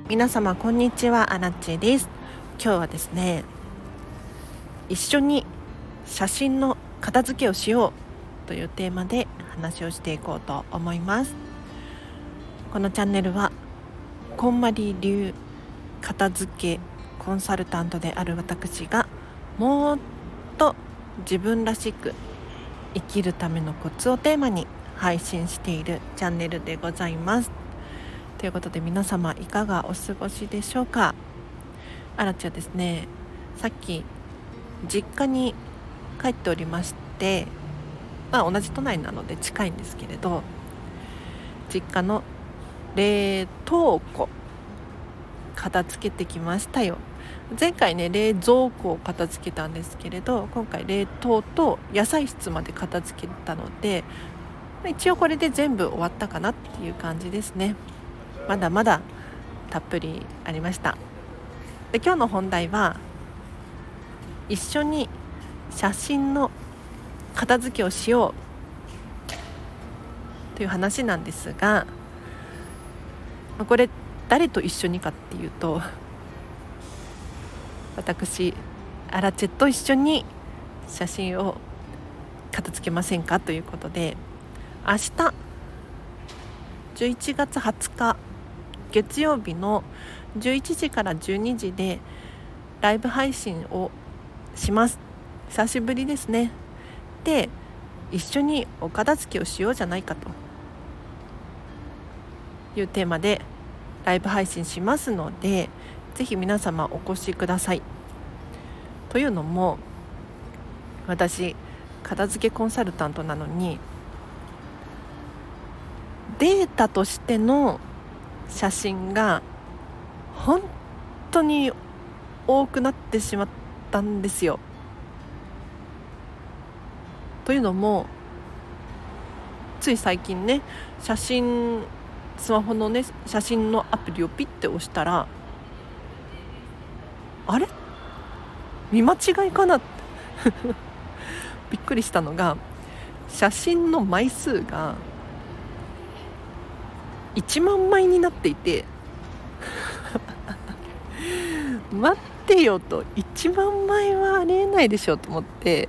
皆様こんにちは、アラチです。今日はですね、一緒に写真の片付けをしようというテーマで話をしていこうと思います。このチャンネルはこんまり流片付けコンサルタントである私がもっと自分らしく生きるためのコツをテーマに配信しているチャンネルでございます。ということで皆様いかがお過ごしでしょうか。あらちはですね、さっき実家に帰っておりまして、同じ都内なので近いんですけれど、実家の冷凍庫片付けてきましたよ。前回ね、冷蔵庫を片付けたんですけれど、今回冷凍と野菜室まで片付けたので、一応これで全部終わったかなっていう感じですね。まだまだたっぷりありました。で、今日の本題は一緒に写真の片付けをしようという話なんですが、これ誰と一緒にかっていうと、私アラチェと一緒に写真を片付けませんかということで、明日11月20日月曜日の11時から12時でライブ配信をします。久しぶりですね。で、一緒にお片付けをしようじゃないかというテーマでライブ配信しますので、ぜひ皆様お越しください。というのも、私片付けコンサルタントなのに、データとしての写真が本当に多くなってしまったんですよ。というのも、つい最近ね、スマホのね、写真のアプリをピッて押したら、あれ見間違いかなってびっくりしたのが、写真の枚数が1万枚になっていて待ってよと、1万枚はありえないでしょと思って、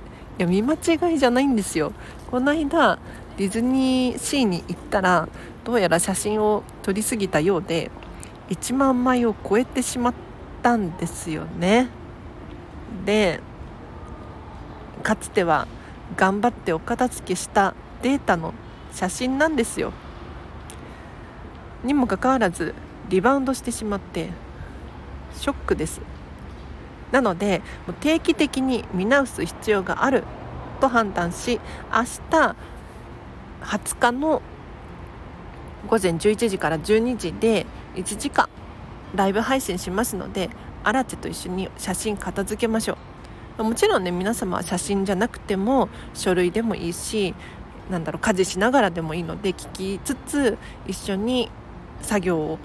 いや見間違いじゃないんですよ。この間ディズニーシーに行ったら、どうやら写真を撮りすぎたようで1万枚を超えてしまったんですよね。で、かつては頑張ってお片付けしたデータの写真なんですよ。にもかかわらずリバウンドしてしまってショックです。なので、もう定期的に見直す必要があると判断し、明日20日の午前11時から12時で1時間ライブ配信しますので、アラチェと一緒に写真片付けましょう。もちろんね、皆様は写真じゃなくても書類でもいいし、家事しながらでもいいので、聞きつつ一緒に作業を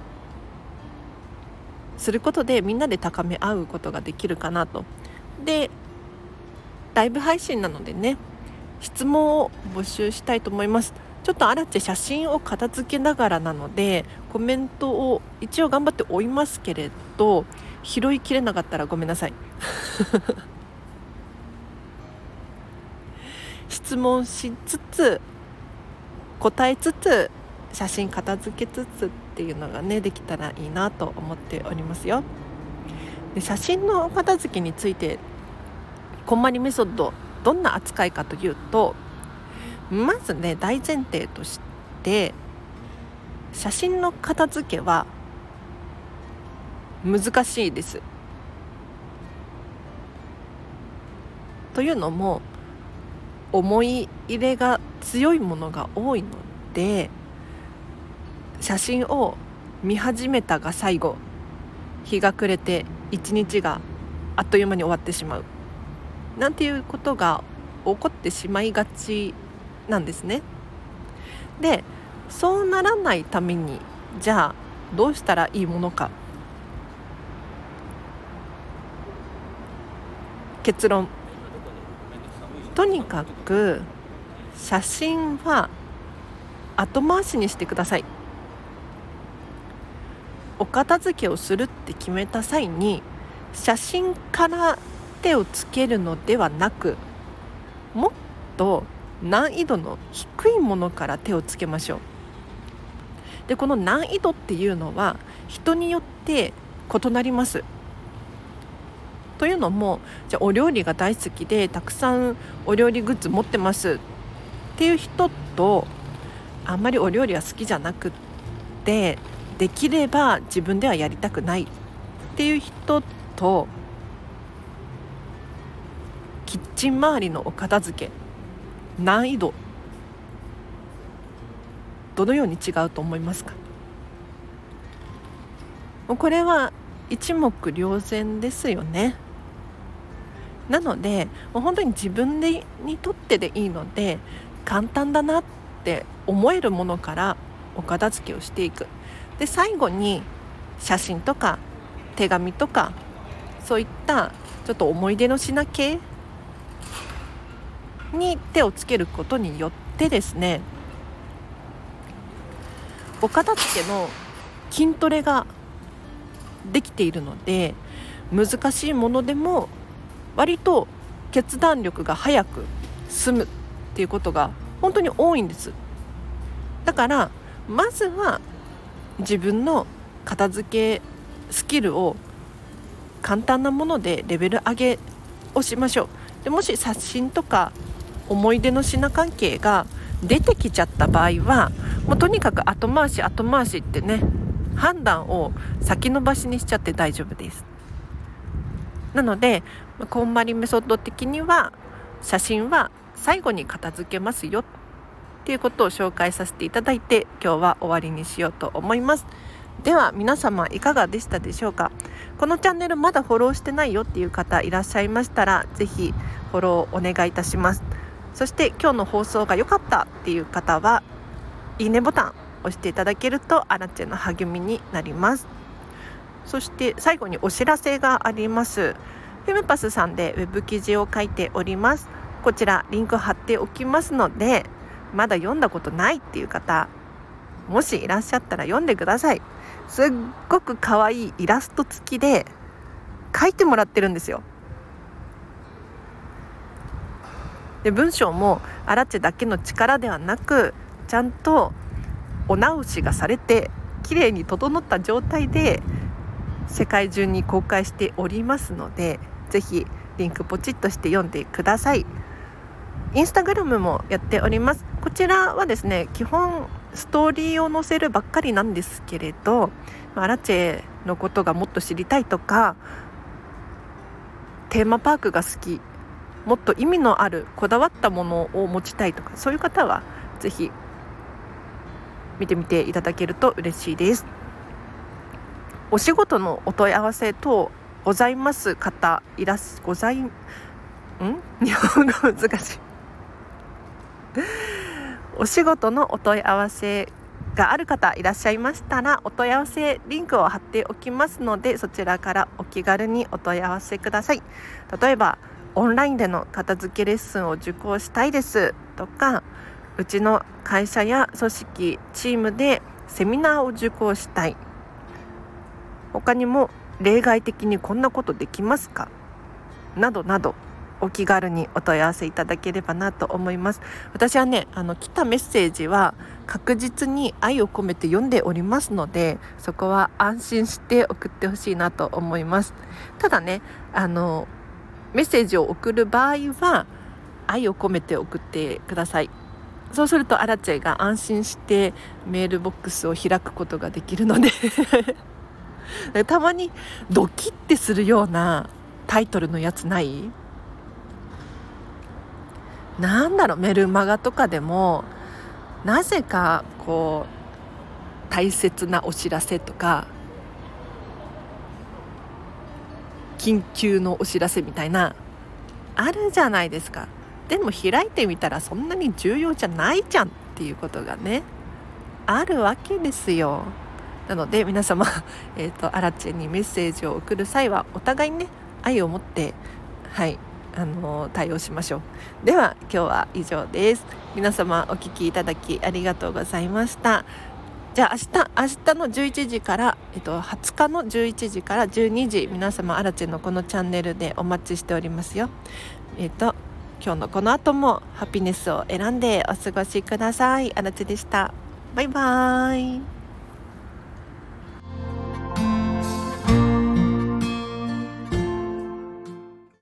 することでみんなで高め合うことができるかなと。で、ライブ配信なのでね、質問を募集したいと思います。ちょっとあらち写真を片付けながらなので、コメントを一応頑張って追いますけれど、拾いきれなかったらごめんなさい質問しつつ答えつつ写真片付けつつっていうのがね、できたらいいなと思っておりますよ。で、写真の片付けについてこんまりメソッド、どんな扱いかというと、まずね、大前提として写真の片付けは難しいです。というのも、思い入れが強いものが多いので、写真を見始めたが最後、日が暮れて一日があっという間に終わってしまうなんていうことが起こってしまいがちなんですね。で、そうならないために、じゃあどうしたらいいものか。結論、とにかく写真は後回しにしてください。 お片付けをするって決めた際に写真から手をつけるのではなく、もっと難易度の低いものから手をつけましょう。でこの難易度っていうのは人によって異なります。というのも、じゃあお料理が大好きでたくさんお料理グッズ持ってますっていう人と、あんまりお料理は好きじゃなくってできれば自分ではやりたくないっていう人と、キッチン周りのお片付け難易度どのように違うと思いますか？これは一目瞭然ですよね。なのでもう本当に自分にとってでいいので、簡単だなって思えるものからお片付けをしていく。で最後に写真とか手紙とか、そういったちょっと思い出の品系に手をつけることによってですね、お片付けの筋トレができているので、難しいものでも割と決断力が早く済むっていうことが本当に多いんです。だからまずは自分の片付けスキルを簡単なものでレベル上げをしましょう。でもし写真とか思い出の品関係が出てきちゃった場合は、もうとにかく後回しってね、判断を先延ばしにしちゃって大丈夫です。なのでこんまりメソッド的には、写真は最後に片付けますよっていうことを紹介させていただいて、今日は終わりにしようと思います。では皆様いかがでしたでしょうか？このチャンネルまだフォローしてないよっていう方いらっしゃいましたら、ぜひフォローお願いいたします。そして今日の放送が良かったっていう方は、いいねボタン押していただけるとアラチェの励みになります。そして最後にお知らせがあります。フェムパスさんでウェブ記事を書いております。こちらリンク貼っておきますので、まだ読んだことないっていう方、もしいらっしゃったら読んでください。すっごく可愛いイラスト付きで書いてもらってるんですよ。で文章もアラチェだけの力ではなく、ちゃんとお直しがされて綺麗に整った状態で世界中に公開しておりますので、ぜひリンクポチッとして読んでください。インスタグラムもやっております。こちらはですね、基本ストーリーを載せるばっかりなんですけれど、アラチェのことがもっと知りたいとか、テーマパークが好き、もっと意味のあるこだわったものを持ちたいとか、そういう方はぜひ見てみていただけると嬉しいです。お仕事のお問い合わせ等ございます方日本語難しいお仕事のお問い合わせがある方いらっしゃいましたら、お問い合わせリンクを貼っておきますので、そちらからお気軽にお問い合わせください。例えばオンラインでの片付けレッスンを受講したいですとか、うちの会社や組織チームでセミナーを受講したい、他にも例外的にこんなことできますか、などなどお気軽にお問い合わせいただければなと思います。私はね、来たメッセージは確実に愛を込めて読んでおりますので、そこは安心して送ってほしいなと思います。ただね、メッセージを送る場合は愛を込めて送ってください。そうするとアラチェが安心してメールボックスを開くことができるのでたまにドキッてするようなタイトルのやつない？なんだろう、メルマガとかでもなぜかこう大切なお知らせとか緊急のお知らせみたいなあるじゃないですか。でも開いてみたらそんなに重要じゃないじゃんっていうことがね、あるわけですよ。なので皆様、アラチェにメッセージを送る際はお互いね、愛を持って対応しましょう。では今日は以上です。皆様お聞きいただきありがとうございました。 じゃあ明日の11時から、20日の11時から12時、皆様アラチェのこのチャンネルでお待ちしておりますよ。今日のこの後もハピネスを選んでお過ごしください。アラチェでした。バイバーイ。